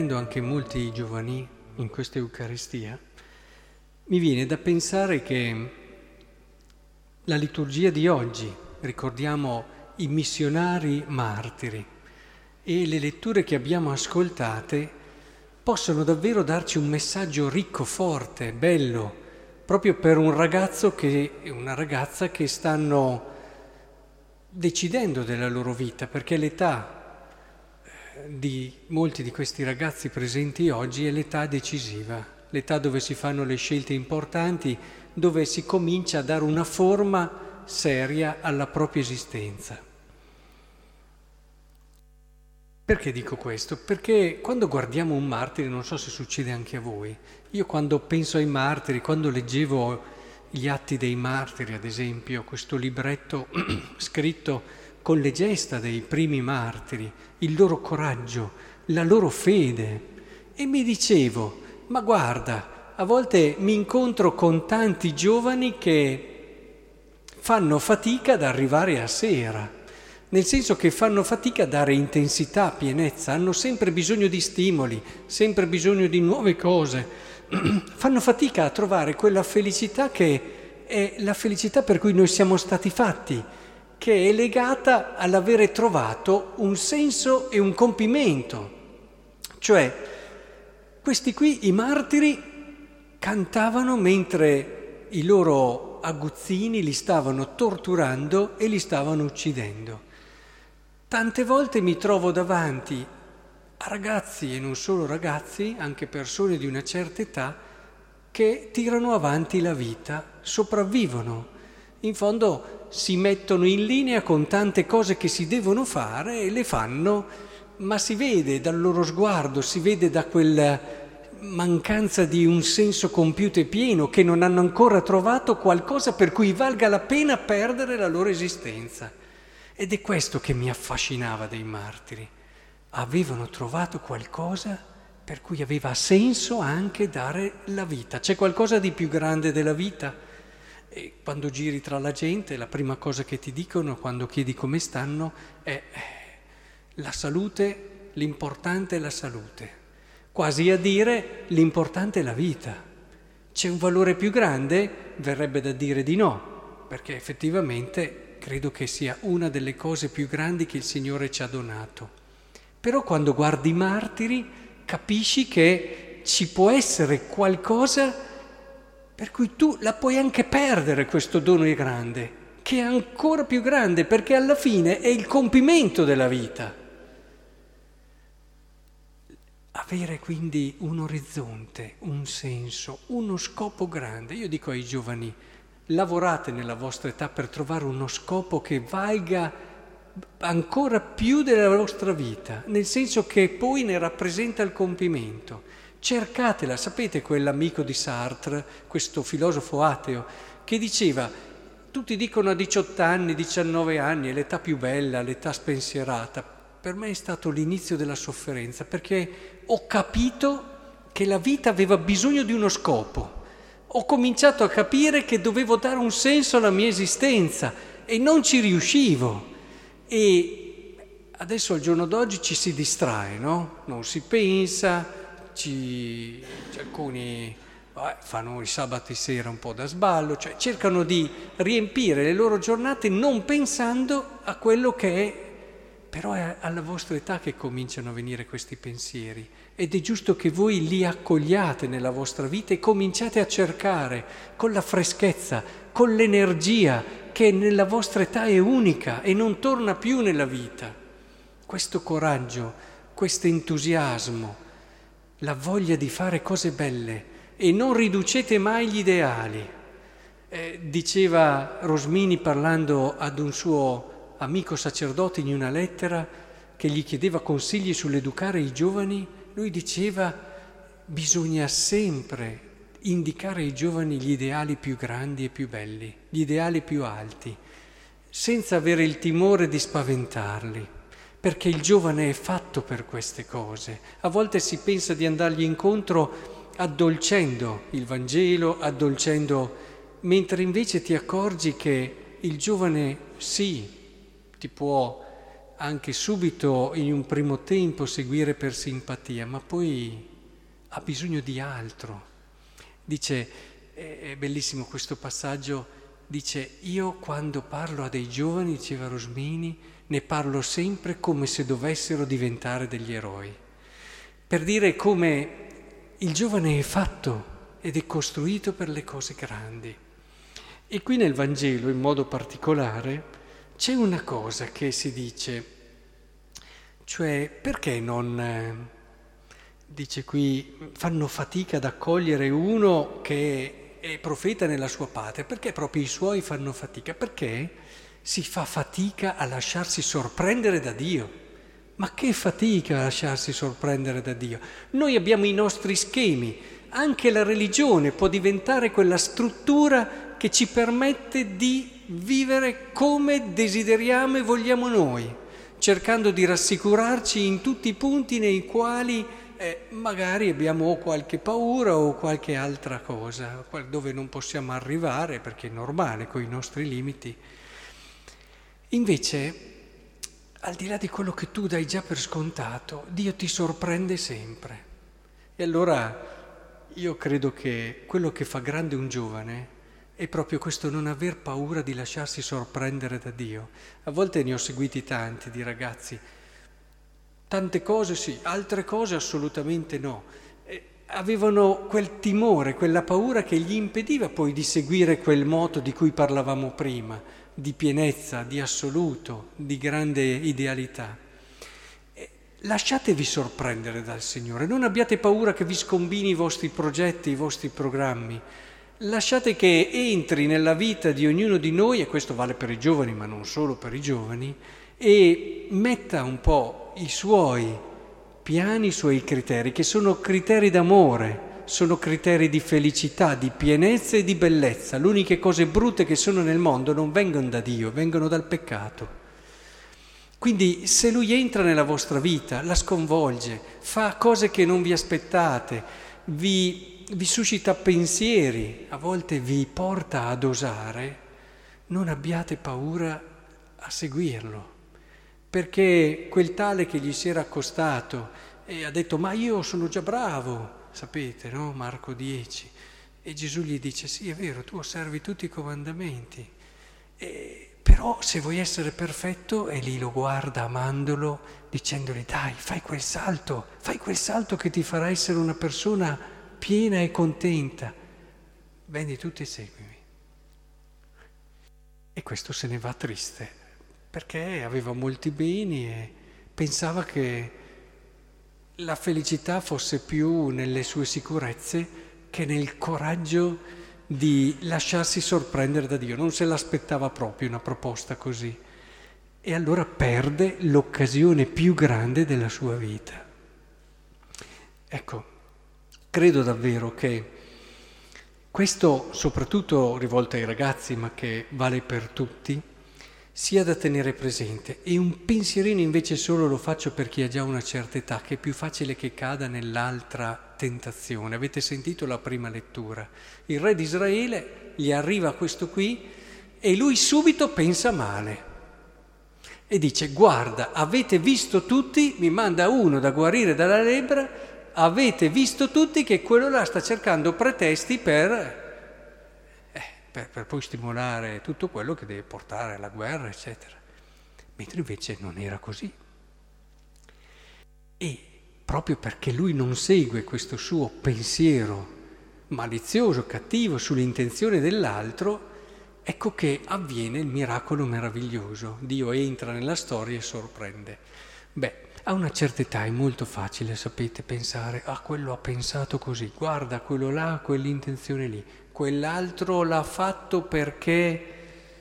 vedendo anche molti giovani in questa Eucaristia, mi viene da pensare che la liturgia di oggi, ricordiamo i missionari martiri, e le letture che abbiamo ascoltate possono davvero darci un messaggio ricco, forte, bello, proprio per un ragazzo e una ragazza che stanno decidendo della loro vita, perché l'età di molti di questi ragazzi presenti oggi è l'età decisiva, l'età dove si fanno le scelte importanti, dove si comincia a dare una forma seria alla propria esistenza. Perché dico questo? Perché quando guardiamo un martire, non so se succede anche a voi, io quando penso ai martiri, quando leggevo gli atti dei martiri, ad esempio, questo libretto scritto con le gesta dei primi martiri, il loro coraggio, la loro fede, e mi dicevo, ma guarda, a volte mi incontro con tanti giovani che fanno fatica ad arrivare a sera, nel senso che fanno fatica a dare intensità, pienezza, hanno sempre bisogno di stimoli, sempre bisogno di nuove cose, fanno fatica a trovare quella felicità che è la felicità per cui noi siamo stati fatti, che è legata all'avere trovato un senso e un compimento. Cioè, questi qui, i martiri, cantavano mentre i loro aguzzini li stavano torturando e li stavano uccidendo. Tante volte mi trovo davanti a ragazzi, e non solo ragazzi, anche persone di una certa età, che tirano avanti la vita, sopravvivono. In fondo si mettono in linea con tante cose che si devono fare e le fanno, ma si vede dal loro sguardo, si vede da quella mancanza di un senso compiuto e pieno, che non hanno ancora trovato qualcosa per cui valga la pena perdere la loro esistenza. Ed è questo che mi affascinava dei martiri. Avevano trovato qualcosa per cui aveva senso anche dare la vita. C'è qualcosa di più grande della vita? E quando giri tra la gente, la prima cosa che ti dicono quando chiedi come stanno è la salute, l'importante è la salute. Quasi a dire l'importante è la vita. C'è un valore più grande? Verrebbe da dire di no, perché effettivamente credo che sia una delle cose più grandi che il Signore ci ha donato. Però quando guardi i martiri capisci che ci può essere qualcosa per cui tu la puoi anche perdere, questo dono è grande, che è ancora più grande perché alla fine è il compimento della vita. Avere quindi un orizzonte, un senso, uno scopo grande. Io dico ai giovani, lavorate nella vostra età per trovare uno scopo che valga ancora più della vostra vita, nel senso che poi ne rappresenta il compimento. Cercatela, sapete quell'amico di Sartre, questo filosofo ateo, che diceva, tutti dicono a 18 anni, 19 anni, è l'età più bella, l'età spensierata. Per me è stato l'inizio della sofferenza, perché ho capito che la vita aveva bisogno di uno scopo. Ho cominciato a capire che dovevo dare un senso alla mia esistenza e non ci riuscivo. E adesso al giorno d'oggi ci si distrae, no? Non si pensa, alcuni fanno i sabati sera un po' da sballo, cioè cercano di riempire le loro giornate non pensando a quello che è. Però è alla vostra età che cominciano a venire questi pensieri ed è giusto che voi li accogliate nella vostra vita e cominciate a cercare con la freschezza, con l'energia che nella vostra età è unica e non torna più nella vita. Questo coraggio, questo entusiasmo, la voglia di fare cose belle e non riducete mai gli ideali. Diceva Rosmini parlando ad un suo amico sacerdote in una lettera che gli chiedeva consigli sull'educare i giovani, lui diceva bisogna sempre indicare ai giovani gli ideali più grandi e più belli, gli ideali più alti, senza avere il timore di spaventarli, perché il giovane è fatto per queste cose. A volte si pensa di andargli incontro addolcendo il Vangelo, mentre invece ti accorgi che il giovane sì, ti può anche subito in un primo tempo seguire per simpatia, ma poi ha bisogno di altro. Dice, è bellissimo questo passaggio, dice: io quando parlo a dei giovani, diceva Rosmini, ne parlo sempre come se dovessero diventare degli eroi, per dire come il giovane è fatto ed è costruito per le cose grandi. E qui nel Vangelo, in modo particolare, c'è una cosa che si dice, cioè perché non, dice qui, fanno fatica ad accogliere uno che è profeta nella sua patria, perché proprio i suoi fanno fatica? Perché si fa fatica a lasciarsi sorprendere da Dio. Ma che fatica a lasciarsi sorprendere da Dio? Noi abbiamo i nostri schemi, anche la religione può diventare quella struttura che ci permette di vivere come desideriamo e vogliamo noi, cercando di rassicurarci in tutti i punti nei quali magari abbiamo o qualche paura o qualche altra cosa, dove non possiamo arrivare perché è normale con i nostri limiti. Invece, al di là di quello che tu dai già per scontato, Dio ti sorprende sempre. E allora io credo che quello che fa grande un giovane è proprio questo non aver paura di lasciarsi sorprendere da Dio. A volte ne ho seguiti tanti di ragazzi, tante cose sì, altre cose assolutamente no. Avevano quel timore, quella paura che gli impediva poi di seguire quel moto di cui parlavamo prima, di pienezza, di assoluto, di grande idealità. Lasciatevi sorprendere dal Signore, non abbiate paura che vi scombini i vostri progetti, i vostri programmi. Lasciate che entri nella vita di ognuno di noi, e questo vale per i giovani, ma non solo per i giovani, e metta un po' i suoi piani, i suoi criteri, che sono criteri d'amore, sono criteri di felicità, di pienezza e di bellezza. Le uniche cose brutte che sono nel mondo non vengono da Dio, vengono dal peccato. Quindi se Lui entra nella vostra vita, la sconvolge, fa cose che non vi aspettate, vi suscita pensieri, a volte vi porta ad osare, non abbiate paura a seguirlo, perché quel tale che gli si era accostato e ha detto: ma io sono già bravo, sapete, no? Marco 10, e Gesù gli dice: sì, è vero, tu osservi tutti i comandamenti, però se vuoi essere perfetto, e lì lo guarda amandolo, dicendogli: dai, fai quel salto che ti farà essere una persona piena e contenta, vendi tutto e seguimi. E questo se ne va triste, perché aveva molti beni e pensava che la felicità fosse più nelle sue sicurezze che nel coraggio di lasciarsi sorprendere da Dio. Non se l'aspettava proprio una proposta così. E allora perde l'occasione più grande della sua vita. Ecco, credo davvero che questo, soprattutto rivolto ai ragazzi, ma che vale per tutti, sia da tenere presente. E un pensierino invece solo lo faccio per chi ha già una certa età, che è più facile che cada nell'altra tentazione. Avete sentito la prima lettura. Il re di Israele gli arriva questo qui e lui subito pensa male. E dice: guarda, avete visto tutti, mi manda uno da guarire dalla lebbra, avete visto tutti che quello là sta cercando pretesti per poi stimolare tutto quello che deve portare alla guerra, eccetera. Mentre invece non era così. E proprio perché lui non segue questo suo pensiero malizioso, cattivo sull'intenzione dell'altro, ecco che avviene il miracolo meraviglioso. Dio entra nella storia e sorprende. A una certa età è molto facile, sapete, pensare: ah, quello ha pensato così, guarda, quello là ha quell'intenzione lì, quell'altro l'ha fatto perché...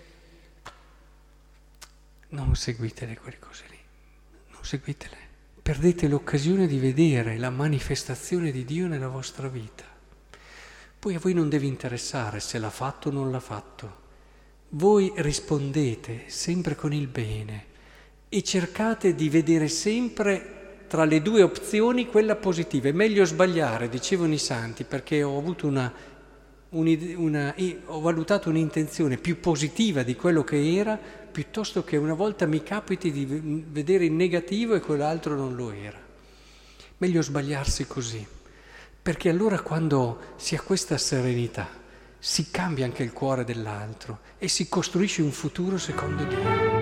Non seguitele quelle cose lì, non seguitele. Perdete l'occasione di vedere la manifestazione di Dio nella vostra vita. Poi a voi non deve interessare se l'ha fatto o non l'ha fatto. Voi rispondete sempre con il bene e cercate di vedere sempre tra le due opzioni quella positiva. È meglio sbagliare, dicevano i santi, perché ho avuto una ho valutato un'intenzione più positiva di quello che era, piuttosto che una volta mi capiti di vedere il negativo e quell'altro non lo era. Meglio sbagliarsi così, perché allora quando si ha questa serenità si cambia anche il cuore dell'altro e si costruisce un futuro secondo Dio.